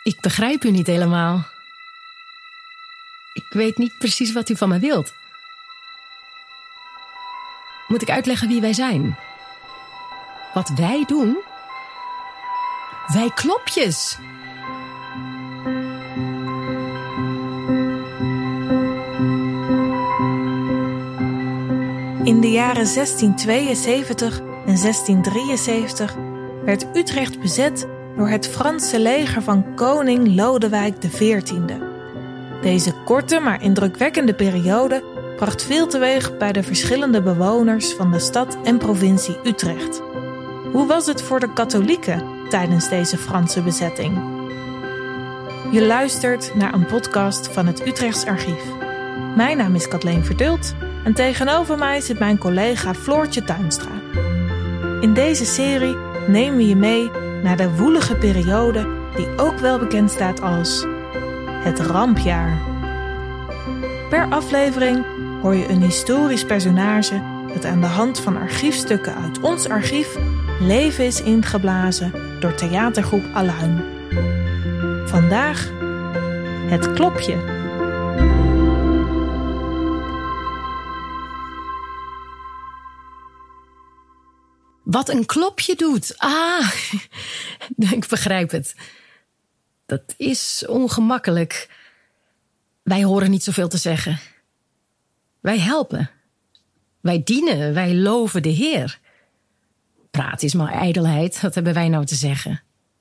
Ik begrijp u niet helemaal. Ik weet niet precies wat u van me wilt. Moet ik uitleggen wie wij zijn? Wat wij doen? Wij klopjes. In de jaren 1672 en 1673 werd Utrecht bezet door het Franse leger van koning Lodewijk XIV. Deze korte maar indrukwekkende periode bracht veel teweeg bij de verschillende bewoners van de stad en provincie Utrecht. Hoe was het voor de katholieken tijdens deze Franse bezetting? Je luistert naar een podcast van het Utrechts Archief. Mijn naam is Kathleen Verdult en tegenover mij zit mijn collega Floortje Tuinstra. In deze serie nemen we je mee naar de woelige periode die ook wel bekend staat als het rampjaar. Per aflevering hoor je een historisch personage dat aan de hand van archiefstukken uit ons archief leven is ingeblazen door theatergroep Aluin. Vandaag het klopje. Wat een klopje doet. Ah, ik begrijp het. Dat is ongemakkelijk. Wij horen niet zoveel te zeggen. Wij helpen. Wij dienen, wij loven de Heer. Praat is maar ijdelheid, wat hebben wij nou te zeggen?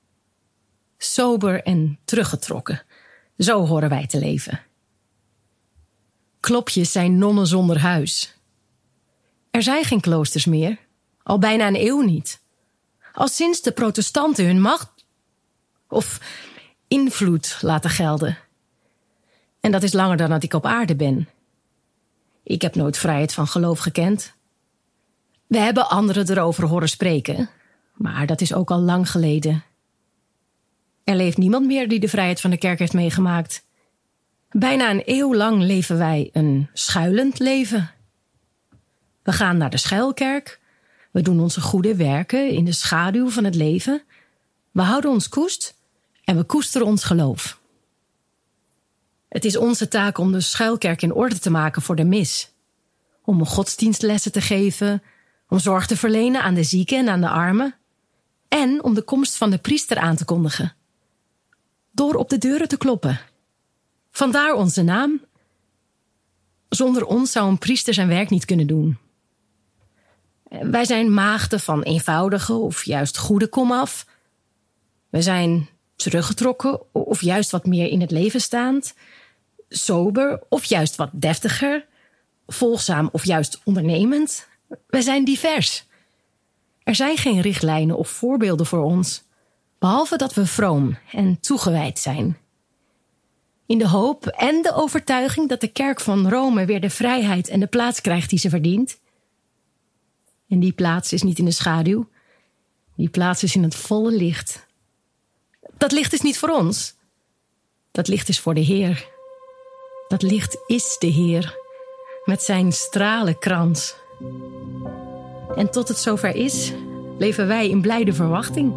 Sober en teruggetrokken. Zo horen wij te leven. Klopjes zijn nonnen zonder huis. Er zijn geen kloosters meer. Al bijna een eeuw niet. Al sinds de protestanten hun macht of invloed laten gelden. En dat is langer dan dat ik op aarde ben. Ik heb nooit vrijheid van geloof gekend. We hebben anderen erover horen spreken, maar dat is ook al lang geleden. Er leeft niemand meer die de vrijheid van de kerk heeft meegemaakt. Bijna een eeuw lang leven wij een schuilend leven. We gaan naar de schuilkerk. We doen onze goede werken in de schaduw van het leven. We houden ons koest en we koesteren ons geloof. Het is onze taak om de schuilkerk in orde te maken voor de mis. Om godsdienstlessen te geven, om zorg te verlenen aan de zieken en aan de armen. En om de komst van de priester aan te kondigen. Door op de deuren te kloppen. Vandaar onze naam. Zonder ons zou een priester zijn werk niet kunnen doen. Wij zijn maagden van eenvoudige of juist goede komaf. We zijn teruggetrokken of juist wat meer in het leven staand. Sober of juist wat deftiger. Volgzaam of juist ondernemend. We zijn divers. Er zijn geen richtlijnen of voorbeelden voor ons. Behalve dat we vroom en toegewijd zijn. In de hoop en de overtuiging dat de kerk van Rome weer de vrijheid en de plaats krijgt die ze verdient. En die plaats is niet in de schaduw. Die plaats is in het volle licht. Dat licht is niet voor ons. Dat licht is voor de Heer. Dat licht is de Heer. Met zijn stralenkrans. En tot het zover is, leven wij in blijde verwachting.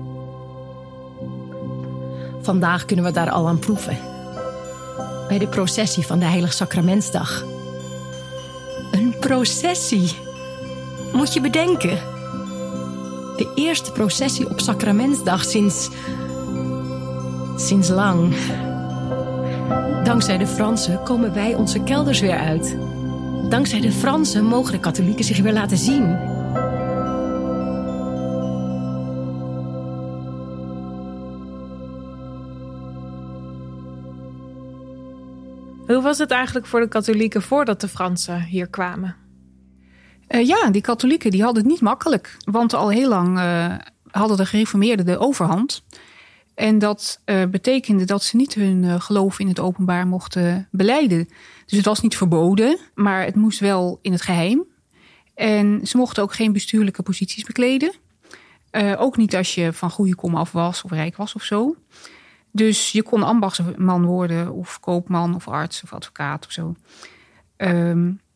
Vandaag kunnen we daar al aan proeven. Bij de processie van de Heilig Sacramentsdag. Een processie. Moet je bedenken. De eerste processie op Sacramentsdag sinds lang. Dankzij de Fransen komen wij onze kelders weer uit. Dankzij de Fransen mogen de katholieken zich weer laten zien. Hoe was het eigenlijk voor de katholieken voordat de Fransen hier kwamen? Die katholieken die hadden het niet makkelijk. Want al heel lang hadden de gereformeerden de overhand. En dat betekende dat ze niet hun geloof in het openbaar mochten belijden. Dus het was niet verboden, maar het moest wel in het geheim. En ze mochten ook geen bestuurlijke posities bekleden. Ook niet als je van goede kom af was of rijk was of zo. Dus je kon ambachtsman worden of koopman of arts of advocaat of zo.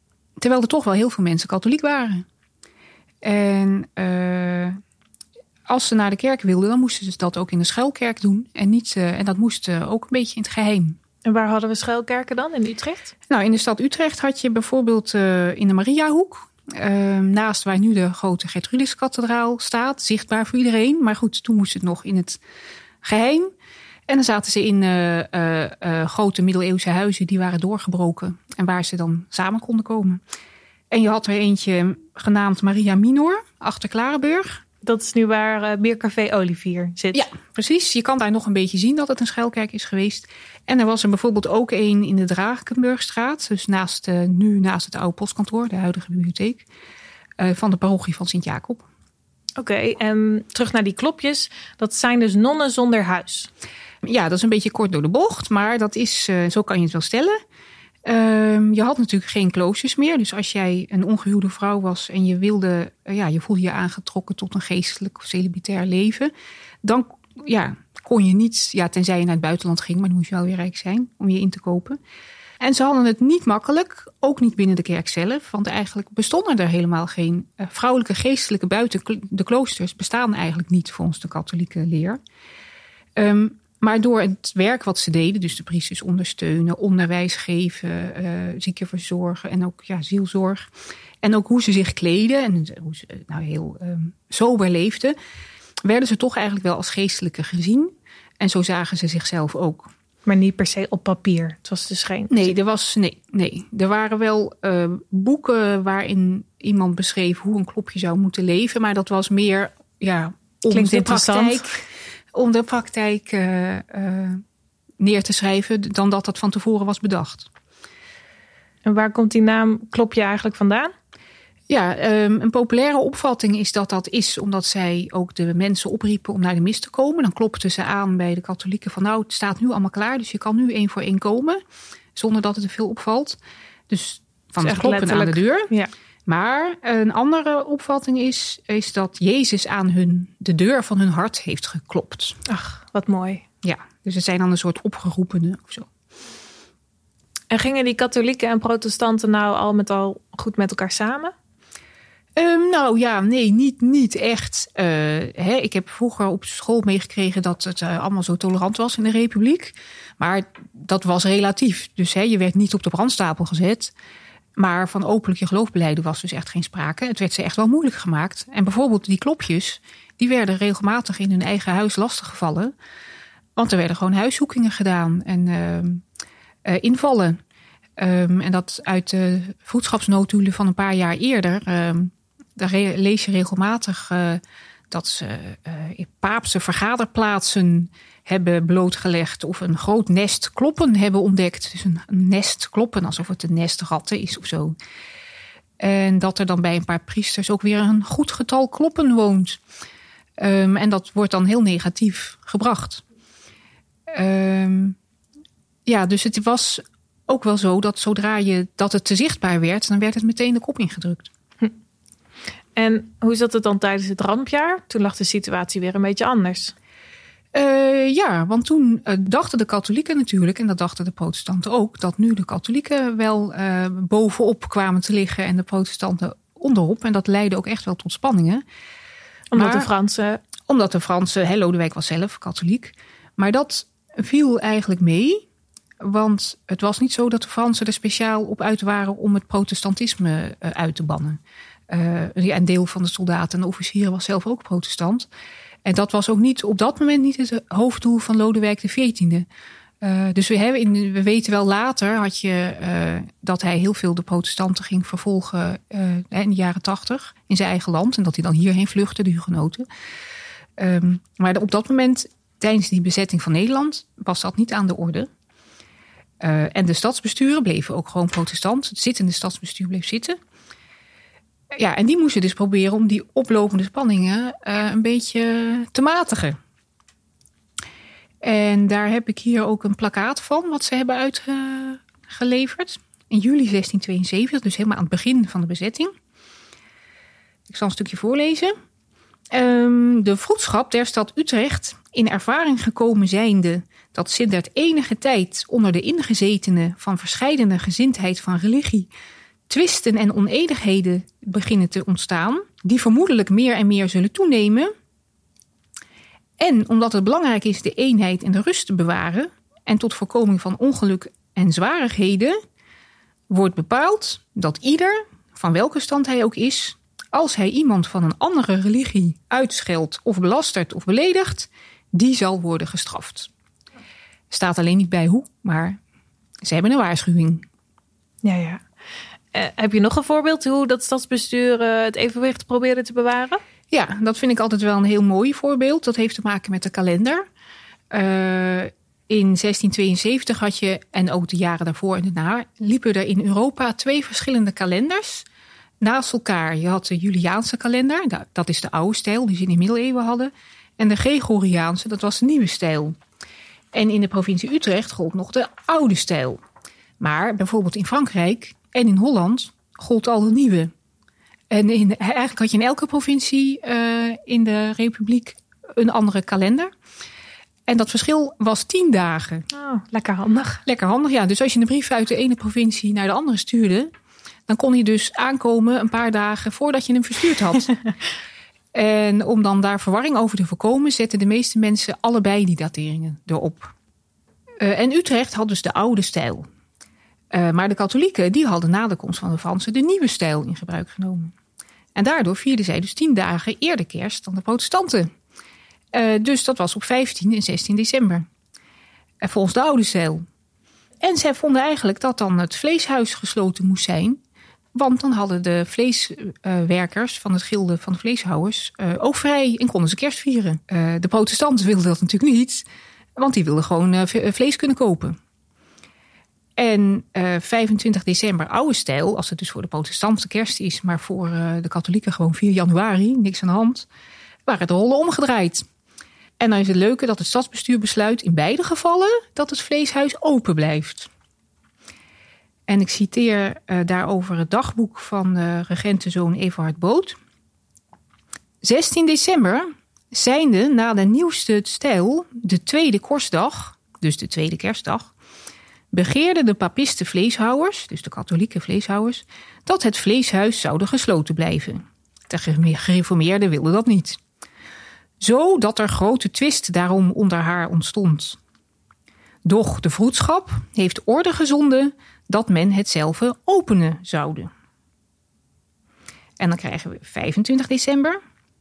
Terwijl er toch wel heel veel mensen katholiek waren. En als ze naar de kerk wilden, dan moesten ze dat ook in de schuilkerk doen. En dat moest ook een beetje in het geheim. En waar hadden we schuilkerken dan? In Utrecht? Nou, in de stad Utrecht had je bijvoorbeeld in de Mariahoek. Naast waar nu de grote Gertrudeskathedraal staat. Zichtbaar voor iedereen. Maar goed, toen moest het nog in het geheim. En dan zaten ze in grote middeleeuwse huizen die waren doorgebroken. En waar ze dan samen konden komen. En je had er eentje genaamd Maria Minor, achter Klarenburg. Dat is nu waar Biercafé Olivier zit. Ja, precies. Je kan daar nog een beetje zien dat het een schuilkerk is geweest. En er was er bijvoorbeeld ook een in de Drakenburgstraat. Dus naast het oude postkantoor, de huidige bibliotheek. Van de parochie van Sint-Jacob. Oké, en terug naar die klopjes. Dat zijn dus nonnen zonder huis. Ja, dat is een beetje kort door de bocht. Maar dat is, zo kan je het wel stellen. Je had natuurlijk geen kloosters meer. Dus als jij een ongehuwde vrouw was en je je voelde je aangetrokken tot een geestelijk of celibatair leven, dan kon je niet, tenzij je naar het buitenland ging, maar dan moest je wel weer rijk zijn om je in te kopen. En ze hadden het niet makkelijk, ook niet binnen de kerk zelf, want eigenlijk bestonden er helemaal geen vrouwelijke geestelijke buiten de kloosters bestaan eigenlijk niet volgens de katholieke leer. Maar door het werk wat ze deden, dus de priesters ondersteunen, onderwijs geven, zieken verzorgen en ook zielzorg. En ook hoe ze zich kleden en hoe ze heel sober leefden, werden ze toch eigenlijk wel als geestelijke gezien. En zo zagen ze zichzelf ook. Maar niet per se op papier. Het was dus geen... Nee. Er waren wel boeken waarin iemand beschreef hoe een klopje zou moeten leven. Maar dat was meer om de praktijk neer te schrijven dan dat van tevoren was bedacht. En waar komt die naam klopje eigenlijk vandaan? Ja, een populaire opvatting is dat is omdat zij ook de mensen opriepen om naar de mis te komen. Dan klopten ze aan bij de katholieken van het staat nu allemaal klaar. Dus je kan nu 1 voor 1 komen. Zonder dat het er veel opvalt. Dus van het kloppen aan de deur. Ja. Maar een andere opvatting is dat Jezus aan de deur van hun hart heeft geklopt. Ach, wat mooi. Ja, dus het zijn dan een soort opgeroepenen of zo. En gingen die katholieken en protestanten nou al met al goed met elkaar samen? Niet echt. Ik heb vroeger op school meegekregen dat het allemaal zo tolerant was in de Republiek. Maar dat was relatief. Dus je werd niet op de brandstapel gezet. Maar van openlijk je geloof belijden was dus echt geen sprake. Het werd ze echt wel moeilijk gemaakt. En bijvoorbeeld die klopjes, die werden regelmatig in hun eigen huis lastiggevallen. Want er werden gewoon huiszoekingen gedaan en invallen. En dat uit de vroedschapsnotulen van een paar jaar eerder. Daar lees je regelmatig dat ze paapse vergaderplaatsen hebben blootgelegd of een groot nest kloppen hebben ontdekt. Dus een nest kloppen, alsof het een nest ratten is of zo. En dat er dan bij een paar priesters ook weer een goed getal kloppen woont. En dat wordt dan heel negatief gebracht. Dus het was ook wel zo dat zodra dat het te zichtbaar werd, dan werd het meteen de kop ingedrukt. En hoe zat het dan tijdens het rampjaar? Toen lag de situatie weer een beetje anders. Want toen dachten de katholieken natuurlijk, en dat dachten de protestanten ook, dat nu de katholieken wel bovenop kwamen te liggen en de protestanten onderop. En dat leidde ook echt wel tot spanningen. Omdat de Fransen, Lodewijk was zelf katholiek. Maar dat viel eigenlijk mee. Want het was niet zo dat de Fransen er speciaal op uit waren om het protestantisme uit te bannen. Een deel van de soldaten en de officieren was zelf ook protestant. En dat was ook niet op dat moment niet het hoofddoel van Lodewijk XIV. Dus we weten wel later dat hij heel veel de protestanten ging vervolgen in de jaren 80 in zijn eigen land. En dat hij dan hierheen vluchtte, de hugenoten. Maar op dat moment, tijdens die bezetting van Nederland, was dat niet aan de orde. En de stadsbesturen bleven ook gewoon protestant. Het zittende stadsbestuur bleef zitten. Ja, en die moesten dus proberen om die oplopende spanningen een beetje te matigen. En daar heb ik hier ook een plakkaat van, wat ze hebben uitgeleverd. In juli 1672, dus helemaal aan het begin van de bezetting. Ik zal een stukje voorlezen. De vroedschap der stad Utrecht, in ervaring gekomen zijnde dat sedert enige tijd onder de ingezetenen van verscheidene gezindheid van religie twisten en onenigheden beginnen te ontstaan, die vermoedelijk meer en meer zullen toenemen, En omdat het belangrijk is de eenheid en de rust te bewaren en tot voorkoming van ongeluk en zwarigheden, wordt bepaald dat ieder, van welke stand hij ook is, als hij iemand van een andere religie uitscheldt of belastert of beledigt, die zal worden gestraft. Staat alleen niet bij hoe, maar ze hebben een waarschuwing. Ja. Heb je nog een voorbeeld hoe dat stadsbestuur het evenwicht probeerde te bewaren? Ja, dat vind ik altijd wel een heel mooi voorbeeld. Dat heeft te maken met de kalender. In 1672 had je, en ook de jaren daarvoor en daarna, liepen er in Europa 2 verschillende kalenders naast elkaar. Je had de Juliaanse kalender, dat is de oude stijl die ze in de middeleeuwen hadden. En de Gregoriaanse, dat was de nieuwe stijl. En in de provincie Utrecht gold nog de oude stijl. Maar bijvoorbeeld in Frankrijk en in Holland gold al de nieuwe. En eigenlijk had je in elke provincie in de Republiek een andere kalender. En dat verschil was 10 dagen. Oh, lekker handig. Lekker handig, ja. Dus als je een brief uit de ene provincie naar de andere stuurde, dan kon hij dus aankomen een paar dagen voordat je hem verstuurd had. En om dan daar verwarring over te voorkomen, zetten de meeste mensen allebei die dateringen erop. En Utrecht had dus de oude stijl. Maar de katholieken die hadden na de komst van de Fransen de nieuwe stijl in gebruik genomen. En daardoor vierden zij dus 10 dagen eerder kerst dan de protestanten. Dus dat was op 15 en 16 december. Volgens de oude stijl. En zij vonden eigenlijk dat dan het vleeshuis gesloten moest zijn. Want dan hadden de vleeswerkers van het gilde van de vleeshouwers ook vrij en konden ze kerst vieren. De protestanten wilden dat natuurlijk niet, want die wilden gewoon vlees kunnen kopen. En 25 december oude stijl, als het dus voor de protestanten kerst is, maar voor de katholieken gewoon 4 januari, niks aan de hand, waren de rollen omgedraaid. En dan is het leuke dat het stadsbestuur besluit in beide gevallen dat het vleeshuis open blijft. En ik citeer daarover het dagboek van de regentenzoon Everhard Boot. 16 december zijnde na de nieuwste stijl de tweede korstdag, dus de tweede kerstdag, begeerden de papisten vleeshouwers, dus de katholieke vleeshouwers, dat het vleeshuis zouden gesloten blijven. De gereformeerden wilden dat niet. Zodat er grote twist daarom onder haar ontstond. Doch de vroedschap heeft orde gezonden dat men hetzelfde openen zoude. En dan krijgen we 25 december.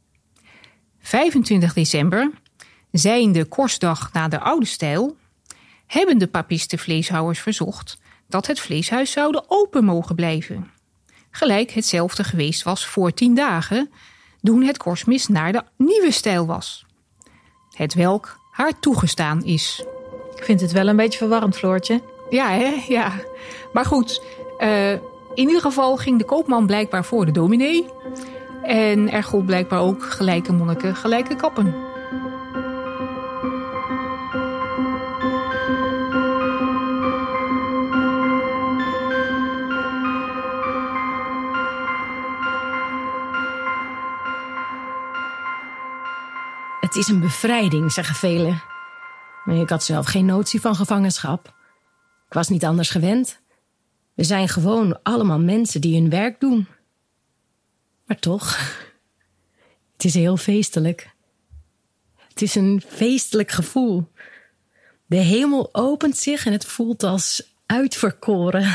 25 december, zijnde korstdag na de oude stijl, hebben de papisten vleeshouwers verzocht dat het vleeshuis zouden open mogen blijven. Gelijk hetzelfde geweest was voor 10 dagen, toen het korstmis naar de nieuwe stijl was. Hetwelk haar toegestaan is. Ik vind het wel een beetje verwarrend, Floortje. Ja, hè? Ja. Maar goed, in ieder geval ging de koopman blijkbaar voor de dominee. En er gold blijkbaar ook gelijke monniken, gelijke kappen. Het is een bevrijding, zeggen velen. Maar ik had zelf geen notie van gevangenschap. Ik was niet anders gewend. We zijn gewoon allemaal mensen die hun werk doen. Maar toch, het is heel feestelijk. Het is een feestelijk gevoel. De hemel opent zich en het voelt als uitverkoren.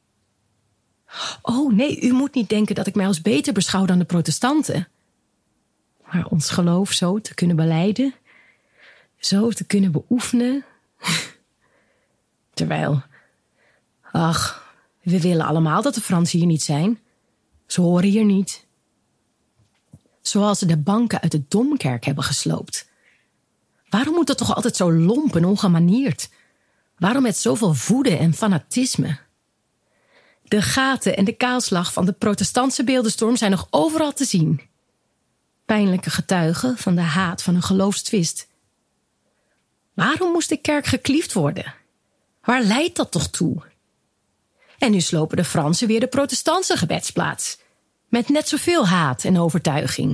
Oh nee, u moet niet denken dat ik mij als beter beschouw dan de protestanten. Maar ons geloof zo te kunnen belijden, zo te kunnen beoefenen. Terwijl, ach, we willen allemaal dat de Fransen hier niet zijn. Ze horen hier niet. Zoals ze de banken uit de Domkerk hebben gesloopt. Waarom moet dat toch altijd zo lomp en ongemanierd? Waarom met zoveel woede en fanatisme? De gaten en de kaalslag van de protestantse beeldenstorm zijn nog overal te zien. Pijnlijke getuigen van de haat van een geloofstwist. Waarom moest de kerk gekliefd worden? Waar leidt dat toch toe? En nu slopen de Fransen weer de protestantse gebedsplaats. Met net zoveel haat en overtuiging.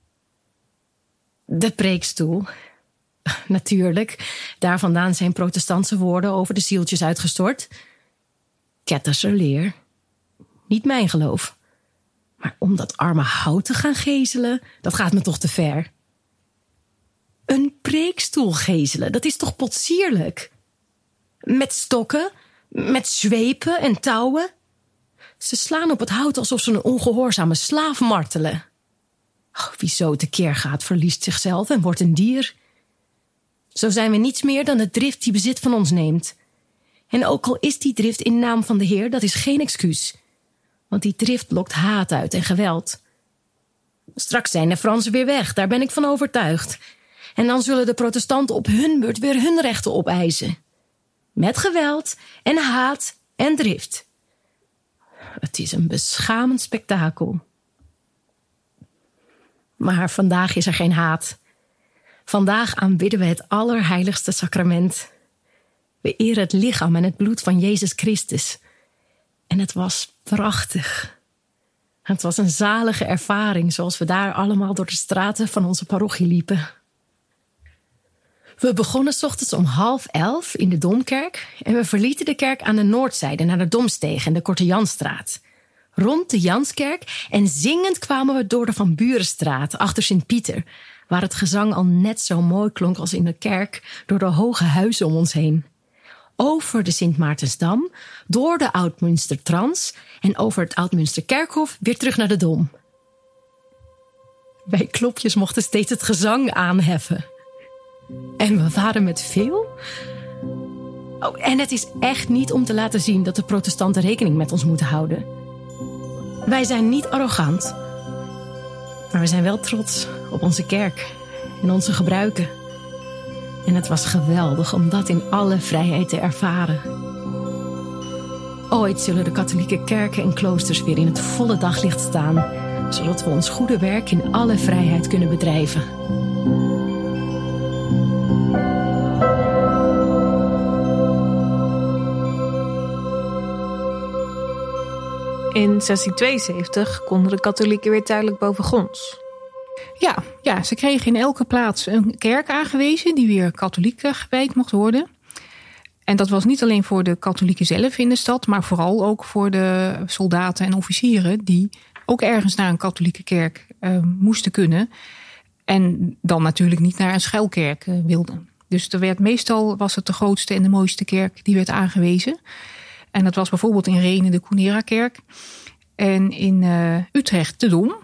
De preekstoel. Natuurlijk, daar vandaan zijn protestantse woorden over de zieltjes uitgestort. Ketterse leer. Niet mijn geloof. Maar om dat arme hout te gaan gezelen, dat gaat me toch te ver. Een preekstoel gezelen, dat is toch potsierlijk? Met stokken, met zweepen en touwen. Ze slaan op het hout alsof ze een ongehoorzame slaaf martelen. Wie zo tekeer gaat, verliest zichzelf en wordt een dier. Zo zijn we niets meer dan de drift die bezit van ons neemt. En ook al is die drift in naam van de Heer, dat is geen excuus. Want die drift lokt haat uit en geweld. Straks zijn de Fransen weer weg, daar ben ik van overtuigd. En dan zullen de protestanten op hun beurt weer hun rechten opeisen. Met geweld en haat en drift. Het is een beschamend spektakel. Maar vandaag is er geen haat. Vandaag aanbidden we het allerheiligste sacrament. We eren het lichaam en het bloed van Jezus Christus. En het was prachtig. Het was een zalige ervaring, zoals we daar allemaal door de straten van onze parochie liepen. We begonnen 's ochtends om 10:30 in de Domkerk en we verlieten de kerk aan de noordzijde naar de Domsteeg en de Korte Janstraat. Rond de Janskerk en zingend kwamen we door de Van Burenstraat achter Sint-Pieter, waar het gezang al net zo mooi klonk als in de kerk door de hoge huizen om ons heen. Over de Sint-Maartensdam, door de Oud-Münstertrans en over het Oud-Münsterkerkhof weer terug naar de Dom. Wij klopjes mochten steeds het gezang aanheffen. En we waren met veel. Oh, en het is echt niet om te laten zien dat de protestanten rekening met ons moeten houden. Wij zijn niet arrogant. Maar we zijn wel trots op onze kerk en onze gebruiken. En het was geweldig om dat in alle vrijheid te ervaren. Ooit zullen de katholieke kerken en kloosters weer in het volle daglicht staan, zodat we ons goede werk in alle vrijheid kunnen bedrijven. In 1672 konden de katholieken weer tijdelijk bovengronds. Ja, ze kregen in elke plaats een kerk aangewezen die weer katholiek gewijd mocht worden. En dat was niet alleen voor de katholieken zelf in de stad, maar vooral ook voor de soldaten en officieren die ook ergens naar een katholieke kerk moesten kunnen. En dan natuurlijk niet naar een schuilkerk wilden. Dus meestal was het de grootste en de mooiste kerk die werd aangewezen. En dat was bijvoorbeeld in Renen de Coenera-kerk en in Utrecht de Dom.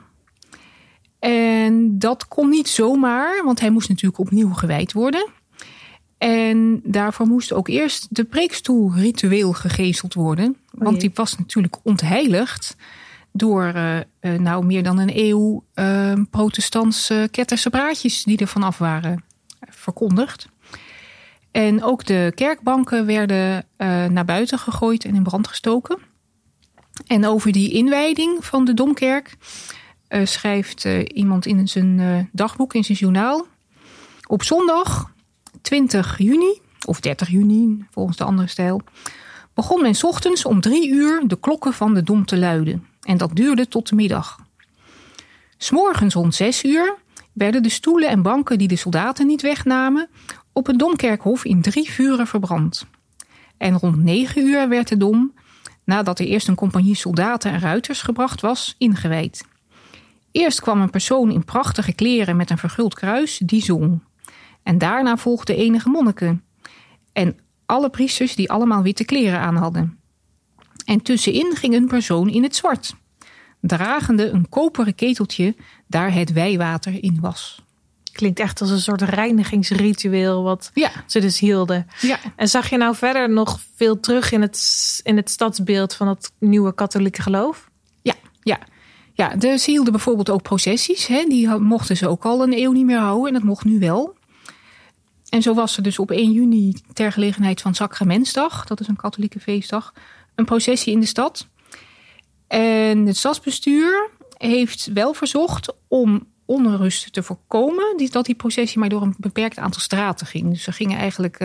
En dat kon niet zomaar, want hij moest natuurlijk opnieuw gewijd worden. En daarvoor moest ook eerst de preekstoel ritueel gegezeld worden. Want die was natuurlijk ontheiligd door meer dan een eeuw protestantse ketterse praatjes die er vanaf waren verkondigd. En ook de kerkbanken werden naar buiten gegooid en in brand gestoken. En over die inwijding van de Domkerk schrijft iemand in zijn dagboek, in zijn journaal. Op zondag 20 juni, of 30 juni volgens de andere stijl, begon men 's ochtends om 3 uur de klokken van de Dom te luiden. En dat duurde tot de middag. 's Morgens rond 6 uur werden de stoelen en banken die de soldaten niet wegnamen op het Domkerkhof in 3 vuren verbrand. En rond 9 uur werd de Dom, nadat er eerst een compagnie soldaten en ruiters gebracht was, ingewijd. Eerst kwam een persoon in prachtige kleren met een verguld kruis, die zong. En daarna volgden enige monniken. En alle priesters die allemaal witte kleren aan hadden. En tussenin ging een persoon in het zwart, dragende een koperen keteltje daar het wijwater in was. Klinkt echt als een soort reinigingsritueel wat ze dus hielden. Ja. En zag je nou verder nog veel terug in het stadsbeeld van het nieuwe katholieke geloof? Ja, ze hielden bijvoorbeeld ook processies. Die mochten ze ook al een eeuw niet meer houden en dat mocht nu wel. En zo was er dus op 1 juni ter gelegenheid van Sacramentsdag, dat is een katholieke feestdag, een processie in de stad. En het stadsbestuur heeft wel verzocht om onrust te voorkomen, dat die processie maar door een beperkt aantal straten ging. Dus ze gingen eigenlijk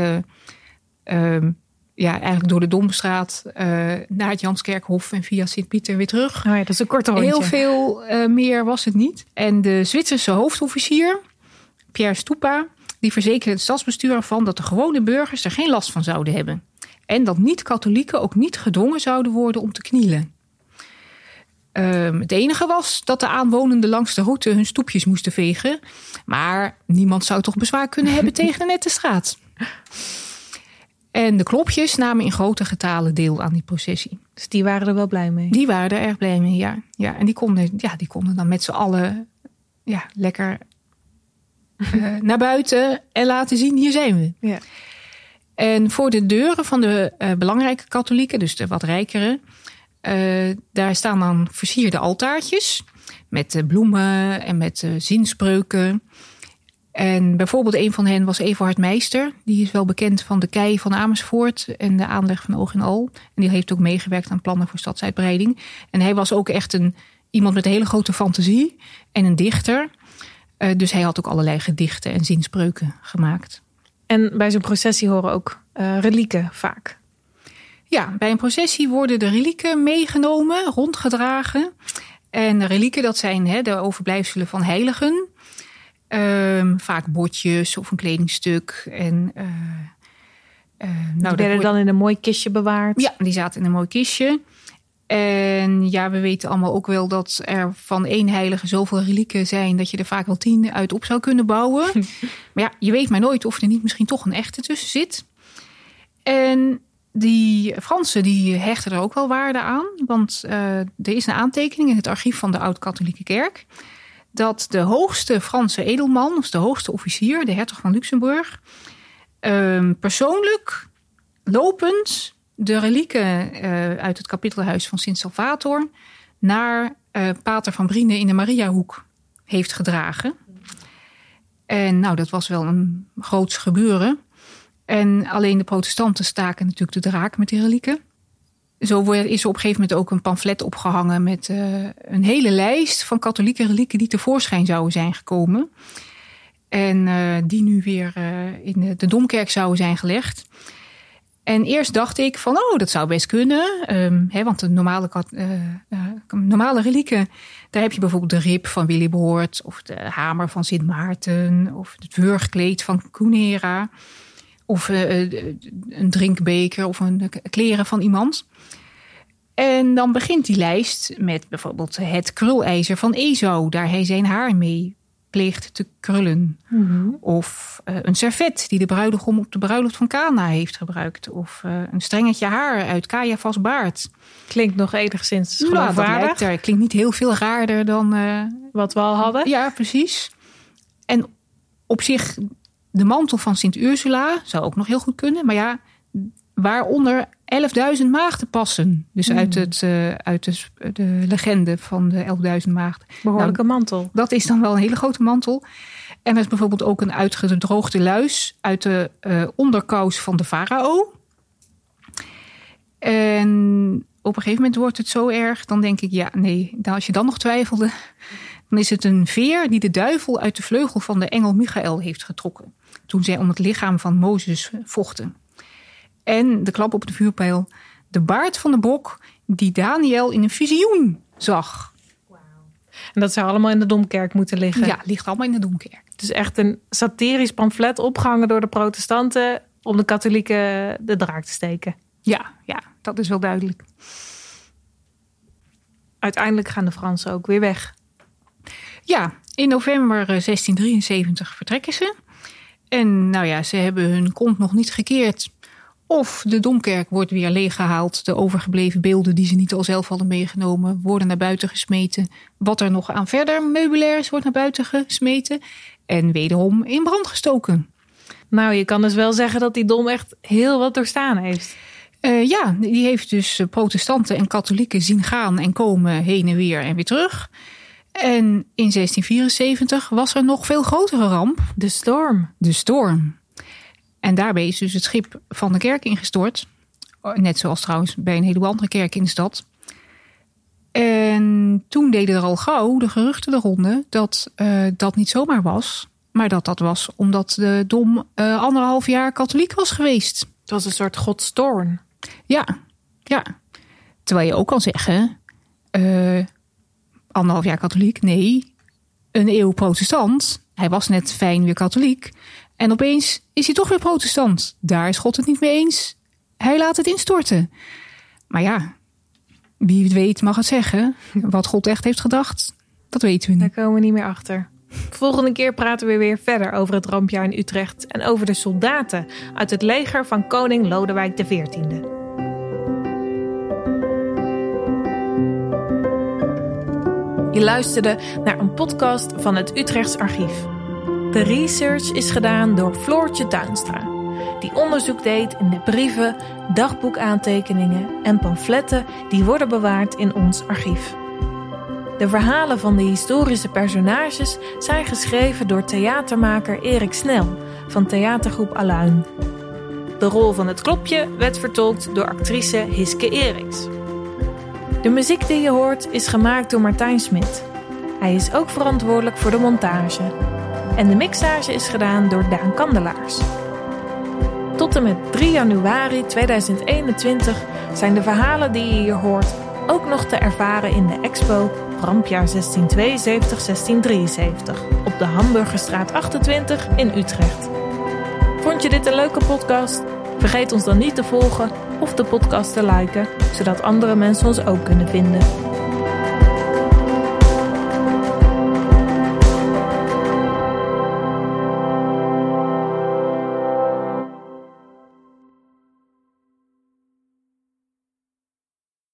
door de Domstraat naar het Janskerkhof en via Sint-Pieter weer terug. Oh ja, dat is een korte rondje. Heel veel meer was het niet. En de Zwitserse hoofdofficier, Pierre Stupa, die verzekerde het stadsbestuur ervan dat de gewone burgers er geen last van zouden hebben. En dat niet-katholieken ook niet gedwongen zouden worden om te knielen. Het enige was dat de aanwonenden langs de route hun stoepjes moesten vegen. Maar niemand zou toch bezwaar kunnen hebben tegen een nette straat. En de klopjes namen in grote getalen deel aan die processie. Dus die waren er wel blij mee? Die waren er erg blij mee, ja. En die konden dan met z'n allen lekker naar buiten en laten zien, hier zijn we. Ja. En voor de deuren van de belangrijke katholieken, dus de wat rijkere, daar staan dan versierde altaartjes met bloemen en met zinspreuken. En bijvoorbeeld een van hen was Everhard Meister. Die is wel bekend van de kei van Amersfoort en de aanleg van Oog en Al. En die heeft ook meegewerkt aan plannen voor stadsuitbreiding. En hij was ook echt iemand met een hele grote fantasie en een dichter. Dus hij had ook allerlei gedichten en zinspreuken gemaakt. En bij zo'n processie horen ook relieken vaak. Ja, bij een processie worden de relieken meegenomen, rondgedragen. En de relieken, dat zijn de overblijfselen van heiligen. Vaak botjes of een kledingstuk. En, die werden dan in een mooi kistje bewaard? Ja, die zaten in een mooi kistje. En ja, we weten allemaal ook wel dat er van één heilige zoveel relieken zijn dat je er vaak wel 10 uit op zou kunnen bouwen. Maar ja, je weet maar nooit of er niet misschien toch een echte tussen zit. En die Fransen die hechten er ook wel waarde aan. Want er is een aantekening in het archief van de Oud-Katholieke Kerk dat de hoogste Franse edelman, of de hoogste officier, de hertog van Luxemburg, persoonlijk lopend de relieken uit het kapittelhuis van Sint Salvator naar Pater van Briene in de Mariahoek heeft gedragen. En nou, dat was wel een groots gebeuren. En alleen de protestanten staken natuurlijk de draak met die relieken. Zo is er op een gegeven moment ook een pamflet opgehangen met een hele lijst van katholieke relieken die tevoorschijn zouden zijn gekomen. En die nu weer in de Domkerk zouden zijn gelegd. En eerst dacht ik van, dat zou best kunnen. Want de normale relieken, daar heb je bijvoorbeeld de rib van Willibrord, of de hamer van Sint Maarten, of het wurgkleed van Cunera, of een drinkbeker of een kleren van iemand. En dan begint die lijst met bijvoorbeeld het krulijzer van Esau, daar hij zijn haar mee pleegt te krullen. Mm-hmm. Of een servet die de bruidegom op de bruiloft van Cana heeft gebruikt. Of een strengetje haar uit Caiaphas baard. Klinkt nog enigszins geloofwaardig. Ja, klinkt niet heel veel raarder dan wat we al hadden. Ja, precies. En op zich, de mantel van Sint Ursula zou ook nog heel goed kunnen. Maar ja, waaronder 11.000 maagden passen. Dus uit de legende van de 11.000 maagden. Behoorlijke mantel. Dat is dan wel een hele grote mantel. En er is bijvoorbeeld ook een uitgedroogde luis uit de onderkous van de farao. En op een gegeven moment wordt het zo erg, dan denk ik, als je dan nog twijfelde, dan is het een veer die de duivel uit de vleugel van de engel Michael heeft getrokken. Toen zij om het lichaam van Mozes vochten. En de klap op de vuurpijl, de baard van de bok die Daniel in een visioen zag. Wow. En dat zou allemaal in de Domkerk moeten liggen? Ja, ligt allemaal in de Domkerk. Het is echt een satirisch pamflet opgehangen door de protestanten om de katholieken de draak te steken. Ja, dat is wel duidelijk. Uiteindelijk gaan de Fransen ook weer weg. Ja, in november 1673 vertrekken ze. En ze hebben hun kont nog niet gekeerd. Of de Domkerk wordt weer leeggehaald. De overgebleven beelden die ze niet al zelf hadden meegenomen worden naar buiten gesmeten. Wat er nog aan verder meubilair is, wordt naar buiten gesmeten. En wederom in brand gestoken. Nou, je kan dus wel zeggen dat die Dom echt heel wat doorstaan heeft. Die heeft dus protestanten en katholieken zien gaan en komen heen en weer terug. En in 1674 was er nog veel grotere ramp. De storm. En daarbij is dus het schip van de kerk ingestort. Net zoals trouwens bij een heleboel andere kerken in de stad. En toen deden er al gauw de geruchten de ronde dat dat niet zomaar was. Maar dat was omdat de Dom 1,5 jaar katholiek was geweest. Het was een soort godstoorn. Ja. Terwijl je ook kan zeggen, 1,5 jaar katholiek, nee, een eeuw protestant. Hij was net fijn weer katholiek. En opeens is hij toch weer protestant. Daar is God het niet mee eens. Hij laat het instorten. Maar Wie het weet mag het zeggen. Wat God echt heeft gedacht, dat weten we niet. Daar komen we niet meer achter. Volgende keer praten we weer verder over het rampjaar in Utrecht en over de soldaten uit het leger van koning Lodewijk XIV. Je luisterde naar een podcast van het Utrechts Archief. De research is gedaan door Floortje Tuinstra, die onderzoek deed in de brieven, dagboekaantekeningen en pamfletten die worden bewaard in ons archief. De verhalen van de historische personages zijn geschreven door theatermaker Erik Snel van theatergroep Aluin. De rol van het klopje werd vertolkt door actrice Hiske Eriks. De muziek die je hoort is gemaakt door Martijn Smit. Hij is ook verantwoordelijk voor de montage. En de mixage is gedaan door Daan Kandelaars. Tot en met 3 januari 2021 zijn de verhalen die je hier hoort ook nog te ervaren in de expo Rampjaar 1672-1673 op de Hamburgerstraat 28 in Utrecht. Vond je dit een leuke podcast? Vergeet ons dan niet te volgen of de podcast te liken, zodat andere mensen ons ook kunnen vinden.